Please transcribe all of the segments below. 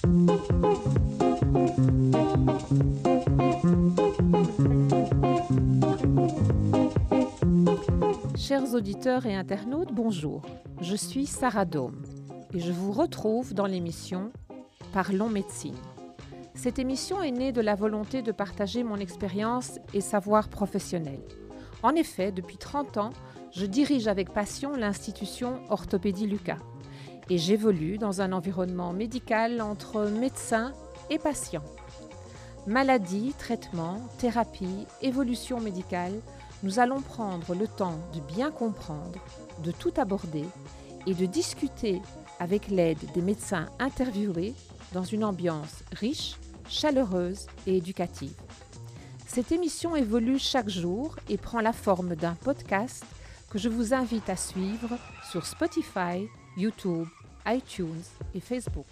Chers auditeurs et internautes, bonjour. Je suis Sarah Dôme et je vous retrouve dans l'émission Parlons médecine. Cette émission est née de la volonté de partager mon expérience et savoir professionnel. En effet, depuis 30 ans, je dirige avec passion l'institution Orthopédie Lucas et j'évolue dans un environnement médical entre médecins et patients. Maladie, traitement, thérapie, évolution médicale, nous allons prendre le temps de bien comprendre, de tout aborder et de discuter avec l'aide des médecins interviewés dans une ambiance riche, chaleureuse et éducative. Cette émission évolue chaque jour et prend la forme d'un podcast que je vous invite à suivre sur Spotify, YouTube, iTunes et Facebook.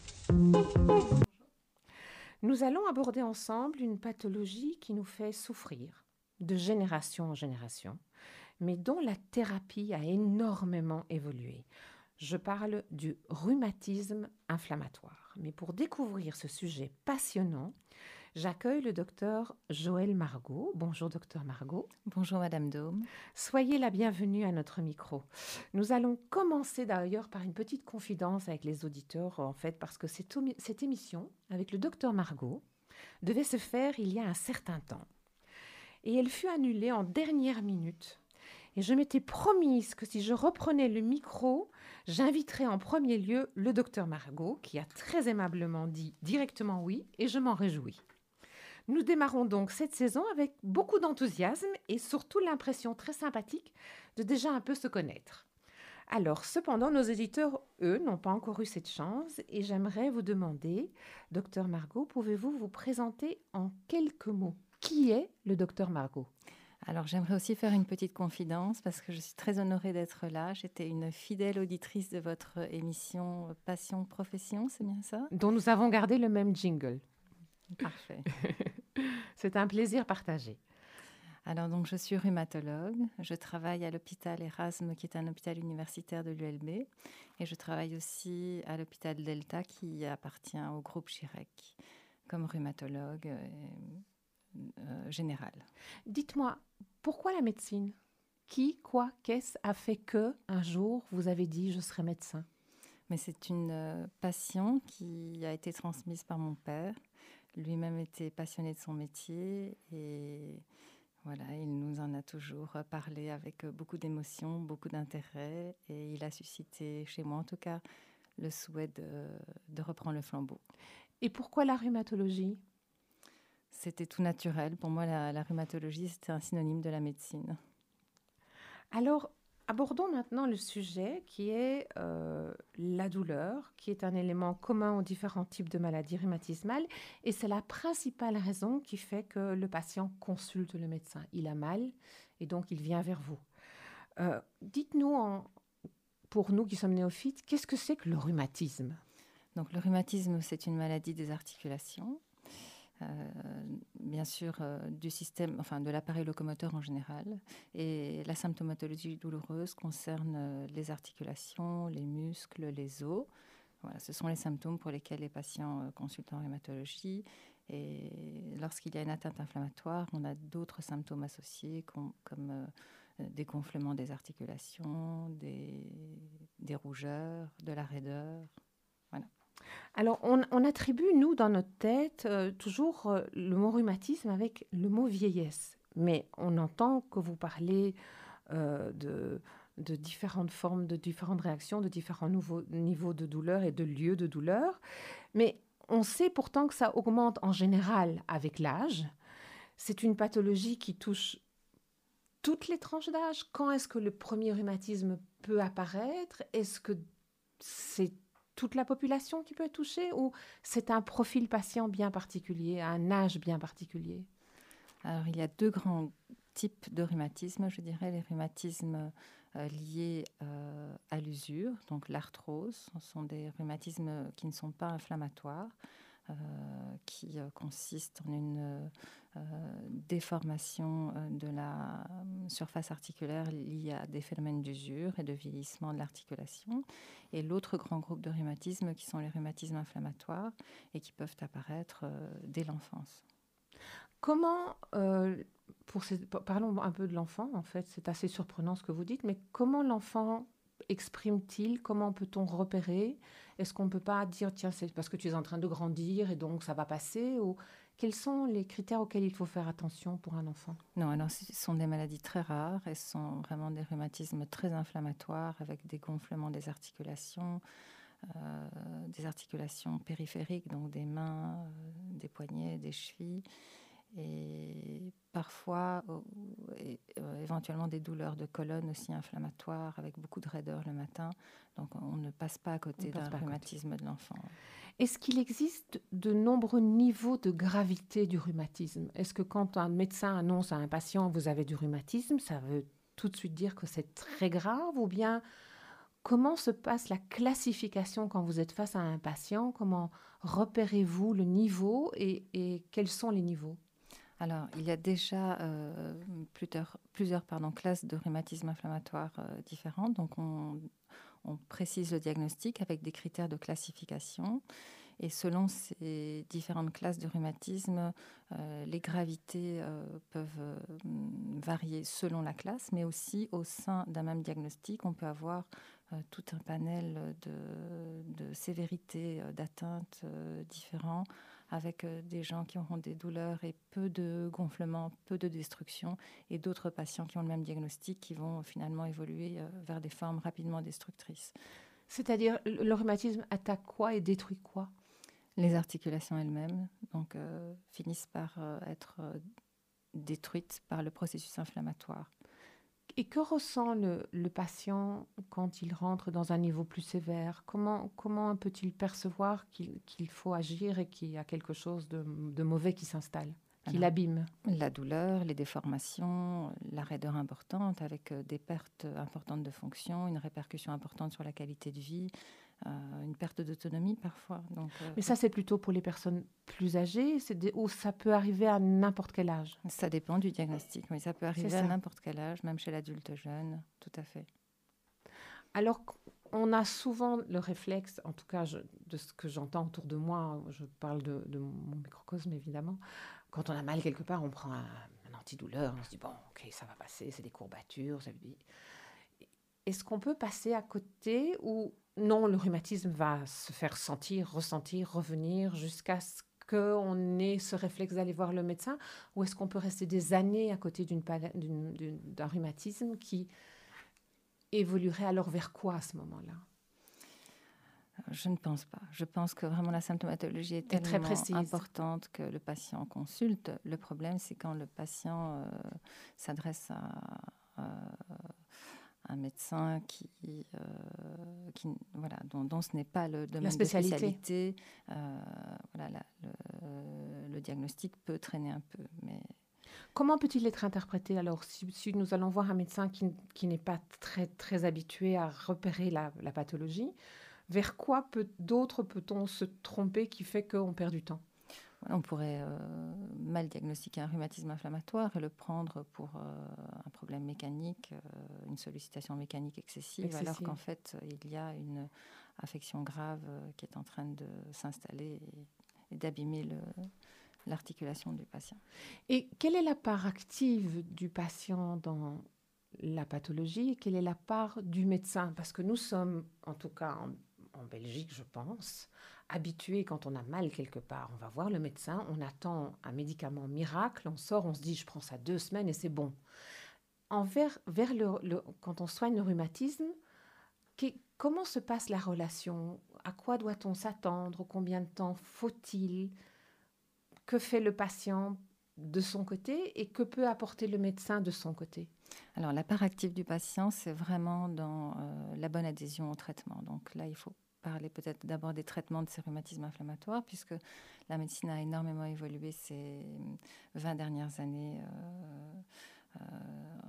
Nous allons aborder ensemble une pathologie qui nous fait souffrir de génération en génération, mais dont la thérapie a énormément évolué. Je parle du rhumatisme inflammatoire. Mais pour découvrir ce sujet passionnant, j'accueille le docteur Joëlle Margot. Bonjour docteur Margot. Bonjour Madame Dôme. Soyez la bienvenue à notre micro. Nous allons commencer d'ailleurs par une petite confidence avec les auditeurs, en fait, parce que cette émission avec le docteur Margot devait se faire il y a un certain temps. Et elle fut annulée en dernière minute. Et je m'étais promise que si je reprenais le micro, j'inviterais en premier lieu le docteur Margot, qui a très aimablement dit directement oui, et je m'en réjouis. Nous démarrons donc cette saison avec beaucoup d'enthousiasme et surtout l'impression très sympathique de déjà un peu se connaître. Alors, cependant, nos éditeurs, eux, n'ont pas encore eu cette chance et j'aimerais vous demander, docteur Margot, pouvez-vous vous présenter en quelques mots ? Qui est le docteur Margot ? Alors, j'aimerais aussi faire une petite confidence parce que je suis très honorée d'être là. J'étais une fidèle auditrice de votre émission Passion Profession, c'est bien ça ? Dont nous avons gardé le même jingle. Parfait. C'est un plaisir partagé. Alors, donc, je suis rhumatologue. Je travaille à l'hôpital Erasme, qui est un hôpital universitaire de l'ULB. Et je travaille aussi à l'hôpital Delta, qui appartient au groupe Chirec, comme rhumatologue général. Dites-moi, pourquoi la médecine ? Qui, quoi, qu'est-ce a fait que, un jour, vous avez dit « je serai médecin » ? Mais c'est une passion qui a été transmise par mon père. Lui-même était passionné de son métier et voilà, il nous en a toujours parlé avec beaucoup d'émotion, beaucoup d'intérêt et il a suscité chez moi en tout cas le souhait de reprendre le flambeau. Et pourquoi la rhumatologie ? C'était tout naturel. Pour moi, la rhumatologie, c'était un synonyme de la médecine. Alors, abordons maintenant le sujet qui est la douleur, qui est un élément commun aux différents types de maladies rhumatismales. Et c'est la principale raison qui fait que le patient consulte le médecin. Il a mal et donc il vient vers vous. Dites-nous, pour nous qui sommes néophytes, qu'est-ce que c'est que le rhumatisme ? Donc, le rhumatisme, c'est une maladie des articulations. Bien sûr du système, enfin de l'appareil locomoteur en général. Et la symptomatologie douloureuse concerne les articulations, les muscles, les os. Voilà, ce sont les symptômes pour lesquels les patients consultent en rhumatologie. Et lorsqu'il y a une atteinte inflammatoire, on a d'autres symptômes associés comme des gonflements des articulations, des rougeurs, de la raideur. Voilà. Alors, on attribue, nous, dans notre tête, toujours le mot rhumatisme avec le mot vieillesse. Mais on entend que vous parlez de différentes formes, de différentes réactions, de différents niveaux de douleur et de lieux de douleur. Mais on sait pourtant que ça augmente en général avec l'âge. C'est une pathologie qui touche toutes les tranches d'âge. Quand est-ce que le premier rhumatisme peut apparaître ? Est-ce que c'est toute la population qui peut être touchée ou c'est un profil patient bien particulier, un âge bien particulier ? Alors, il y a deux grands types de rhumatisme, je dirais, les rhumatismes liés à l'usure, donc l'arthrose. Ce sont des rhumatismes qui ne sont pas inflammatoires. qui consiste en une déformation de la surface articulaire liée à des phénomènes d'usure et de vieillissement de l'articulation. Et l'autre grand groupe de rhumatismes qui sont les rhumatismes inflammatoires et qui peuvent apparaître dès l'enfance. Comment, parlons un peu de l'enfant, en fait, c'est assez surprenant ce que vous dites, mais comment l'enfant exprime-t-il? Comment peut-on repérer? Est-ce qu'on ne peut pas dire, tiens, c'est parce que tu es en train de grandir et donc ça va passer? Ou quels sont les critères auxquels il faut faire attention pour un enfant? Non, alors ce sont des maladies très rares et ce sont vraiment des rhumatismes très inflammatoires avec des gonflements des articulations périphériques, donc des mains, des poignets, des chevilles. Et parfois, éventuellement des douleurs de colonne aussi inflammatoires avec beaucoup de raideur le matin. Donc, on ne passe pas à côté d'un rhumatisme de l'enfant. Est-ce qu'il existe de nombreux niveaux de gravité du rhumatisme? Est-ce que quand un médecin annonce à un patient « vous avez du rhumatisme », ça veut tout de suite dire que c'est très grave? Ou bien, comment se passe la classification quand vous êtes face à un patient? Comment repérez-vous le niveau et quels sont les niveaux? Alors, il y a déjà plusieurs classes de rhumatisme inflammatoire différentes. Donc, on précise le diagnostic avec des critères de classification. Et selon ces différentes classes de rhumatisme, les gravités peuvent varier selon la classe, mais aussi au sein d'un même diagnostic, on peut avoir tout un panel de sévérité d'atteintes différents, avec des gens qui auront des douleurs et peu de gonflement, peu de destruction, et d'autres patients qui ont le même diagnostic qui vont finalement évoluer vers des formes rapidement destructrices. C'est-à-dire, le rhumatisme attaque quoi et détruit quoi? Les articulations elles-mêmes donc, finissent par être détruites par le processus inflammatoire. Et que ressent le patient quand il rentre dans un niveau plus sévère? Comment peut-il percevoir qu'il faut agir et qu'il y a quelque chose de mauvais qui s'installe, qui l'abîme? La douleur, les déformations, la raideur importante avec des pertes importantes de fonction, une répercussion importante sur la qualité de vie, une perte d'autonomie parfois. Donc, mais ça, c'est plutôt pour les personnes plus âgées ou ça peut arriver à n'importe quel âge? Ça dépend du diagnostic, mais ça peut arriver à n'importe quel âge, même chez l'adulte jeune, tout à fait. Alors, on a souvent le réflexe, en tout cas de ce que j'entends autour de moi, je parle de mon microcosme évidemment, quand on a mal quelque part, on prend un antidouleur, on se dit, bon, ok, ça va passer, c'est des courbatures. Est-ce qu'on peut passer à côté ou non, le rhumatisme va se faire sentir, ressentir, revenir jusqu'à ce qu'on ait ce réflexe d'aller voir le médecin? Ou est-ce qu'on peut rester des années à côté d'un rhumatisme qui évoluerait alors vers quoi à ce moment-là? Je ne pense pas. Je pense que vraiment la symptomatologie est tellement très précise, importante que le patient consulte. Le problème, c'est quand le patient s'adresse à un médecin dont ce n'est pas le domaine de spécialité. Le diagnostic peut traîner un peu. Mais... Comment peut-il être interprété alors si nous allons voir un médecin qui n'est pas très, très habitué à repérer la pathologie, vers quoi d'autre peut-on se tromper qui fait qu'on perd du temps? On pourrait mal diagnostiquer un rhumatisme inflammatoire et le prendre pour un problème mécanique, une sollicitation mécanique excessive. Alors qu'en fait, il y a une affection grave qui est en train de s'installer et d'abîmer l'articulation du patient. Et quelle est la part active du patient dans la pathologie et quelle est la part du médecin? Parce que nous sommes, en tout cas en Belgique, je pense, habitués quand on a mal quelque part. On va voir le médecin, on attend un médicament miracle, on sort, on se dit je prends ça 2 semaines et c'est bon. Quand on soigne le rhumatisme, comment se passe la relation? À quoi doit-on s'attendre? Combien de temps faut-il? Que fait le patient de son côté et que peut apporter le médecin de son côté? Alors, la part active du patient, c'est vraiment dans la bonne adhésion au traitement. Donc là, il faut parler peut-être d'abord des traitements de ces rhumatismes inflammatoires, puisque la médecine a énormément évolué ces 20 dernières années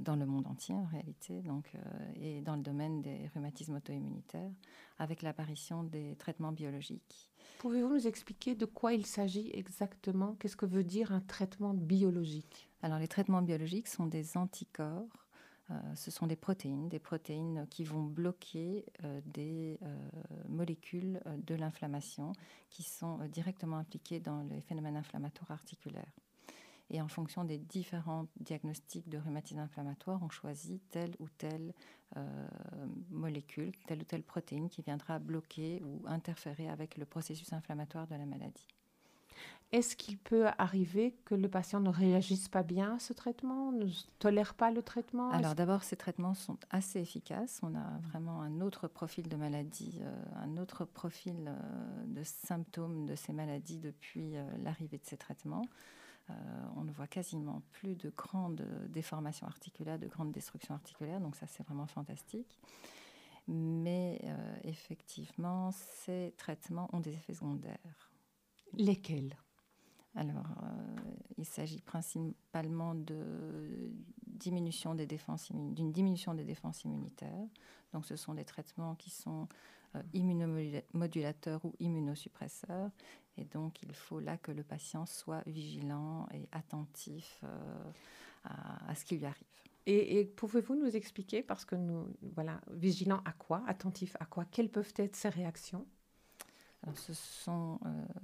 dans le monde entier en réalité, et dans le domaine des rhumatismes auto-immunitaires, avec l'apparition des traitements biologiques. Pouvez-vous nous expliquer de quoi il s'agit exactement? Qu'est-ce que veut dire un traitement biologique? Alors, les traitements biologiques sont des anticorps. Ce sont des protéines qui vont bloquer des molécules de l'inflammation qui sont directement impliquées dans les phénomènes inflammatoires articulaires. Et en fonction des différents diagnostics de rhumatisme inflammatoire, on choisit telle ou telle molécule, telle ou telle protéine qui viendra bloquer ou interférer avec le processus inflammatoire de la maladie. Est-ce qu'il peut arriver que le patient ne réagisse pas bien à ce traitement, ne tolère pas le traitement? Alors d'abord, ces traitements sont assez efficaces. On a vraiment un autre profil de maladie, un autre profil de symptômes de ces maladies depuis l'arrivée de ces traitements. On ne voit quasiment plus de grandes déformations articulaires, de grandes destructions articulaires, donc ça c'est vraiment fantastique. Mais effectivement, ces traitements ont des effets secondaires. Lesquels? Alors, il s'agit principalement d'une diminution des défenses immunitaires. Donc, ce sont des traitements qui sont immunomodulateurs ou immunosuppresseurs. Et donc, il faut là que le patient soit vigilant et attentif à ce qui lui arrive. Et pouvez-vous nous expliquer, parce que vigilants à quoi, attentifs à quoi, quelles peuvent être ces réactions? Alors, ce sont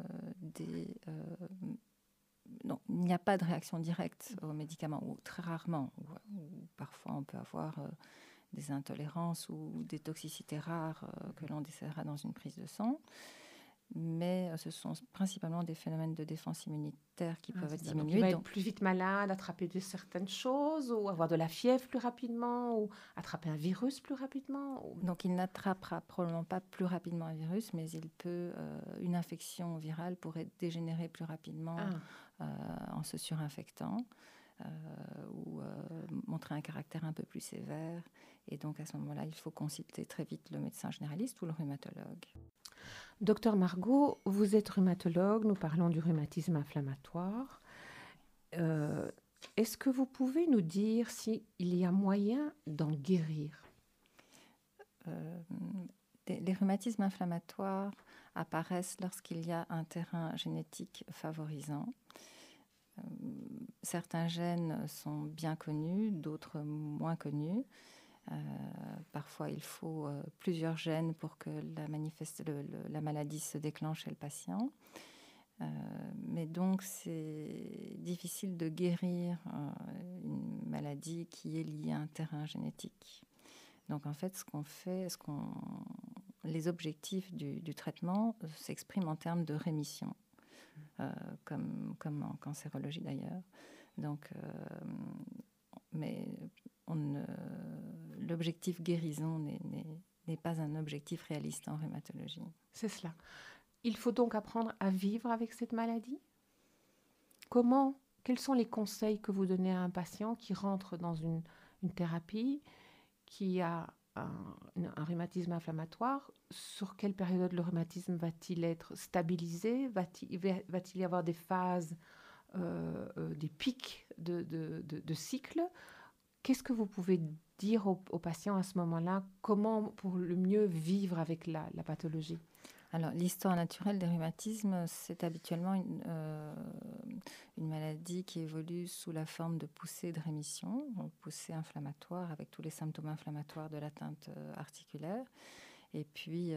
non, il n'y a pas de réaction directe aux médicaments, ou très rarement. Ou parfois, on peut avoir des intolérances ou des toxicités rares que l'on décèlera dans une prise de sang. Mais ce sont principalement des phénomènes de défense immunitaire qui peuvent être diminués. Il va être plus vite malade, attraper de certaines choses, ou avoir de la fièvre plus rapidement, ou attraper un virus plus rapidement. Donc, il n'attrapera probablement pas plus rapidement un virus, mais une infection virale pourrait dégénérer plus rapidement en se surinfectant ou montrer un caractère un peu plus sévère. Et donc, à ce moment-là, il faut consulter très vite le médecin généraliste ou le rhumatologue. Docteur Margot, vous êtes rhumatologue, nous parlons du rhumatisme inflammatoire. Est-ce que vous pouvez nous dire s'il y a moyen d'en guérir? Les rhumatismes inflammatoires apparaissent lorsqu'il y a un terrain génétique favorisant. Certains gènes sont bien connus, d'autres moins connus. Parfois, il faut plusieurs gènes pour que la maladie se déclenche chez le patient. Mais donc, c'est difficile de guérir une maladie qui est liée à un terrain génétique. Donc, en fait, les objectifs du traitement s'expriment en termes de rémission, comme en cancérologie d'ailleurs. Donc, mais l'objectif guérison n'est pas un objectif réaliste en rhumatologie. C'est cela. Il faut donc apprendre à vivre avec cette maladie? Quels sont les conseils que vous donnez à un patient qui rentre dans une thérapie, qui a un rhumatisme inflammatoire? Sur quelle période le rhumatisme va-t-il être stabilisé? Va-t-il y avoir des phases, des pics de cycle? Qu'est-ce que vous pouvez dire aux patients à ce moment-là? Comment pour le mieux vivre avec la pathologie? Alors, l'histoire naturelle des rhumatismes, c'est habituellement une maladie qui évolue sous la forme de poussées de rémission, donc poussées inflammatoires avec tous les symptômes inflammatoires de l'atteinte articulaire, et puis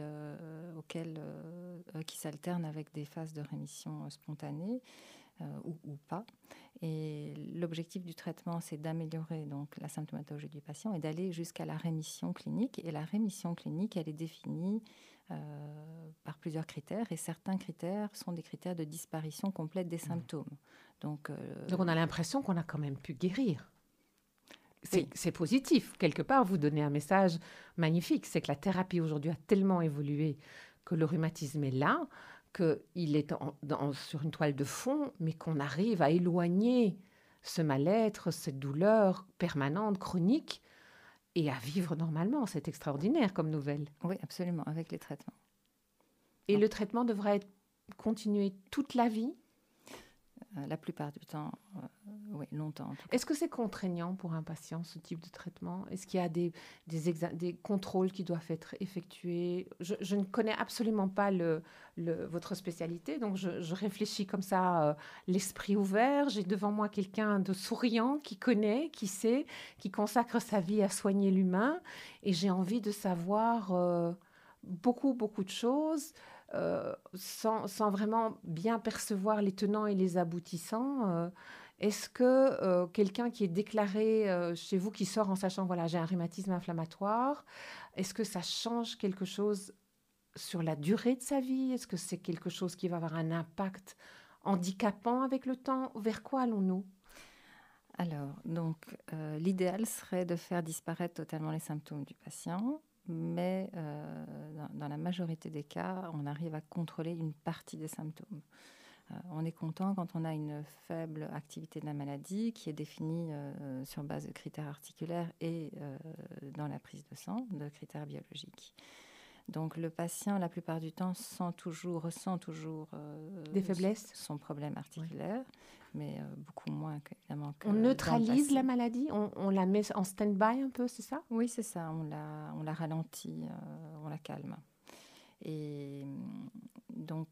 qui s'alternent avec des phases de rémission spontanée ou pas. Et l'objectif du traitement, c'est d'améliorer donc la symptomatologie du patient et d'aller jusqu'à la rémission clinique. Et la rémission clinique, elle est définie par plusieurs critères, et certains critères sont des critères de disparition complète des symptômes. Donc on a l'impression qu'on a quand même pu guérir. Oui. C'est positif. Quelque part, vous donnez un message magnifique. C'est que la thérapie aujourd'hui a tellement évolué que le rhumatisme est là, qu'il est sur une toile de fond, mais qu'on arrive à éloigner ce mal-être, cette douleur permanente, chronique, et à vivre normalement. C'est extraordinaire comme nouvelle. Oui, absolument, avec les traitements. Et le traitement devrait être continué toute la vie? la plupart du temps, oui, longtemps. En tout cas. Est-ce que c'est contraignant pour un patient, ce type de traitement? Est-ce qu'il y a des contrôles qui doivent être effectués? Je ne connais absolument pas votre spécialité, donc je réfléchis comme ça, l'esprit ouvert. J'ai devant moi quelqu'un de souriant, qui connaît, qui sait, qui consacre sa vie à soigner l'humain. Et j'ai envie de savoir beaucoup, beaucoup de choses. Sans vraiment bien percevoir les tenants et les aboutissants. Est-ce que quelqu'un qui est déclaré chez vous, qui sort en sachant, voilà, j'ai un rhumatisme inflammatoire, est-ce que ça change quelque chose sur la durée de sa vie? Est-ce que c'est quelque chose qui va avoir un impact handicapant avec le temps? Vers quoi allons-nous? Alors, donc, l'idéal serait de faire disparaître totalement les symptômes du patient, mais dans la majorité des cas, on arrive à contrôler une partie des symptômes. On est content quand on a une faible activité de la maladie qui est définie sur base de critères articulaires et dans la prise de sang, de critères biologiques. Donc le patient, la plupart du temps, ressent toujours des faiblesses, son problème articulaire, mais beaucoup moins évidemment que on neutralise la passé. maladie, on la met en stand-by un peu, c'est ça? Oui, c'est ça, on la ralentit, on la calme. Et donc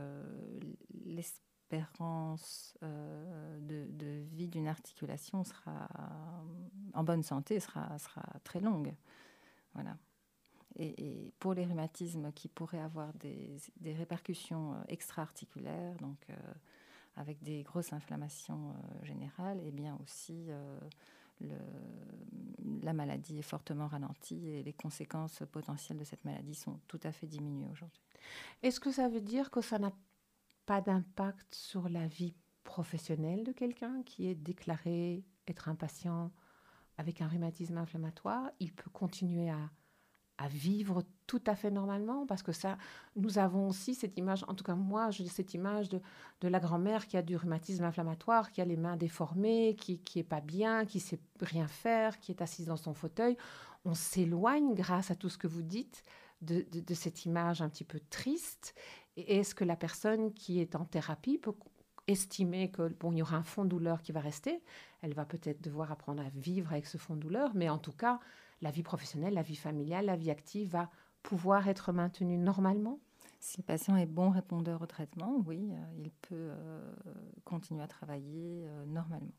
l'espérance de vie d'une articulation sera en bonne santé, sera très longue. Voilà. Et pour les rhumatismes qui pourraient avoir des répercussions extra-articulaires, donc avec des grosses inflammations générales, et bien aussi la maladie est fortement ralentie et les conséquences potentielles de cette maladie sont tout à fait diminuées aujourd'hui. Est-ce que ça veut dire que ça n'a pas d'impact sur la vie professionnelle de quelqu'un qui est déclaré être un patient avec un rhumatisme inflammatoire? Il peut continuer à vivre tout à fait normalement, parce que ça, nous avons aussi cette image, en tout cas moi, j'ai cette image de la grand-mère qui a du rhumatisme inflammatoire, qui a les mains déformées, qui est pas bien, qui sait rien faire, qui est assise dans son fauteuil. On s'éloigne, grâce à tout ce que vous dites, de cette image un petit peu triste. Et est-ce que la personne qui est en thérapie peut estimer que bon, il y aura un fond de douleur qui va rester? Elle va peut-être devoir apprendre à vivre avec ce fond de douleur, mais en tout cas, la vie professionnelle, la vie familiale, la vie active va pouvoir être maintenue normalement? Si le patient est bon répondeur au traitement, oui, il peut continuer à travailler normalement.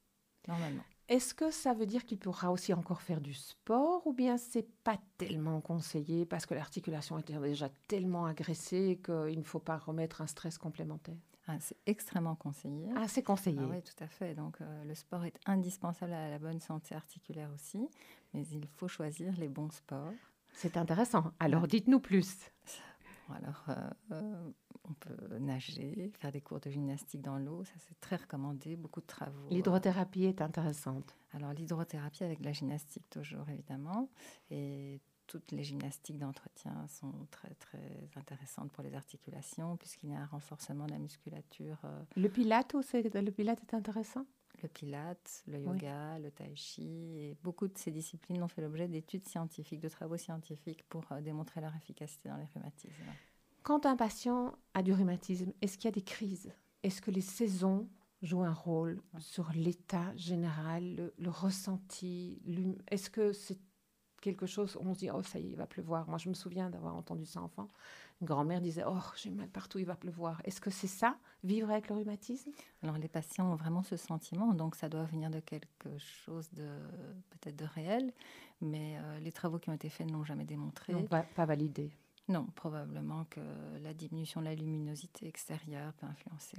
Est-ce que ça veut dire qu'il pourra aussi encore faire du sport, ou bien c'est pas tellement conseillé parce que l'articulation est déjà tellement agressée qu'il ne faut pas remettre un stress complémentaire? C'est extrêmement conseillé. Ah, c'est conseillé. Ah oui, tout à fait. Donc, le sport est indispensable à la bonne santé articulaire aussi, mais il faut choisir les bons sports. C'est intéressant. Alors, dites-nous plus. Alors, on peut nager, faire des cours de gymnastique dans l'eau, ça c'est très recommandé, beaucoup de travaux. L'hydrothérapie est intéressante. Alors, l'hydrothérapie avec la gymnastique toujours, évidemment, et toutes les gymnastiques d'entretien sont très, très intéressantes pour les articulations, puisqu'il y a un renforcement de la musculature. Le pilate est intéressant? Le pilate, le yoga, oui. Le tai chi, et beaucoup de ces disciplines ont fait l'objet d'études scientifiques, de travaux scientifiques pour démontrer leur efficacité dans les rhumatismes. Quand un patient a du rhumatisme, est-ce qu'il y a des crises? Est-ce que les saisons jouent un rôle sur l'état général, le ressenti? Est-ce que c'est quelque chose où on se dit « Oh, ça y est, il va pleuvoir ». Moi, je me souviens d'avoir entendu ça enfant. Une grand-mère disait « Oh, j'ai mal partout, il va pleuvoir ». Est-ce que c'est ça, vivre avec le rhumatisme? Alors, les patients ont vraiment ce sentiment, donc ça doit venir de quelque chose de peut-être de réel, mais les travaux qui ont été faits ne l'ont jamais démontré. Non, pas validé. Non, probablement que la diminution de la luminosité extérieure peut influencer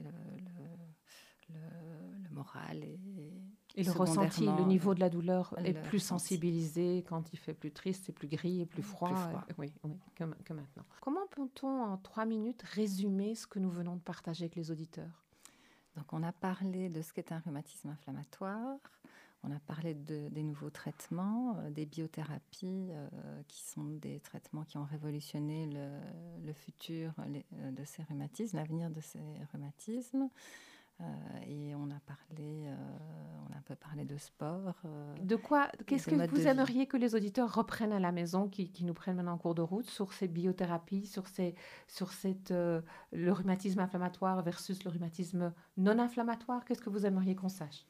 le moral et le ressenti, le niveau de la douleur est plus sensibilisé quand il fait plus triste, c'est plus gris et plus froid. Oui, que maintenant. Comment peut-on en 3 minutes résumer ce que nous venons de partager avec les auditeurs? Donc on a parlé de ce qu'est un rhumatisme inflammatoire, on a parlé des nouveaux traitements, des biothérapies qui sont des traitements qui ont révolutionné le futur de ces rhumatismes, l'avenir de ces rhumatismes. Et on a un peu parlé de sport. De quoi? Qu'est-ce que vous aimeriez que les auditeurs reprennent à la maison, qui nous prennent maintenant en cours de route, sur ces biothérapies, sur le rhumatisme inflammatoire versus le rhumatisme non inflammatoire? Qu'est-ce que vous aimeriez qu'on sache?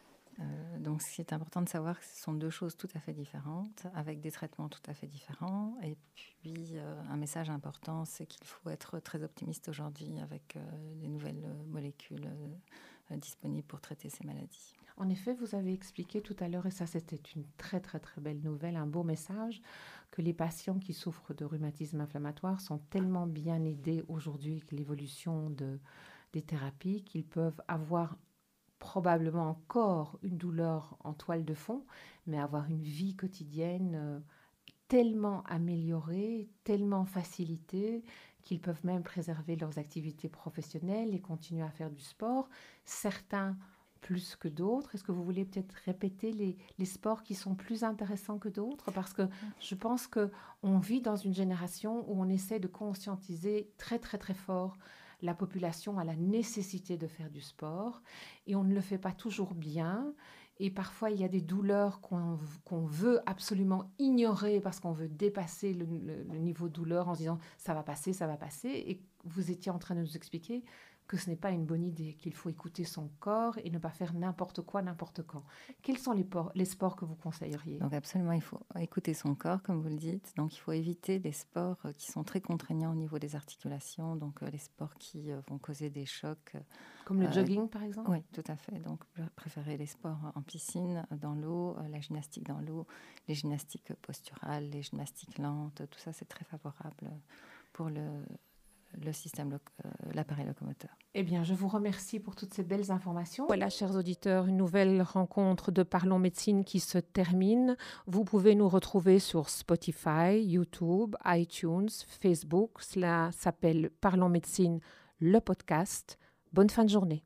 Donc, ce qui est important de savoir, que ce sont deux choses tout à fait différentes, avec des traitements tout à fait différents. Et puis, un message important, c'est qu'il faut être très optimiste aujourd'hui avec les nouvelles molécules disponibles pour traiter ces maladies. En effet, vous avez expliqué tout à l'heure, et ça c'était une très très très belle nouvelle, un beau message, que les patients qui souffrent de rhumatisme inflammatoire sont tellement bien aidés aujourd'hui avec l'évolution des thérapies qu'ils peuvent avoir probablement encore une douleur en toile de fond, mais avoir une vie quotidienne tellement améliorée, tellement facilitée, qu'ils peuvent même préserver leurs activités professionnelles et continuer à faire du sport. Certains plus que d'autres. Est-ce que vous voulez peut-être répéter les sports qui sont plus intéressants que d'autres? Parce que je pense qu'on vit dans une génération où on essaie de conscientiser très très très fort la population à la nécessité de faire du sport, et on ne le fait pas toujours bien, et parfois il y a des douleurs qu'on veut absolument ignorer parce qu'on veut dépasser le niveau de douleur en se disant ça va passer, et vous étiez en train de nous expliquer que ce n'est pas une bonne idée, qu'il faut écouter son corps et ne pas faire n'importe quoi, n'importe quand. Quels sont les sports que vous conseilleriez? Donc absolument, il faut écouter son corps, comme vous le dites. Donc il faut éviter les sports qui sont très contraignants au niveau des articulations, donc les sports qui vont causer des chocs. Comme le jogging, par exemple? Oui, tout à fait. Donc préférer les sports en piscine, dans l'eau, la gymnastique dans l'eau, les gymnastiques posturales, les gymnastiques lentes, tout ça c'est très favorable pour le système, l'appareil locomoteur. Eh bien, je vous remercie pour toutes ces belles informations. Voilà, chers auditeurs, une nouvelle rencontre de Parlons Médecine qui se termine. Vous pouvez nous retrouver sur Spotify, YouTube, iTunes, Facebook. Cela s'appelle Parlons Médecine, le podcast. Bonne fin de journée.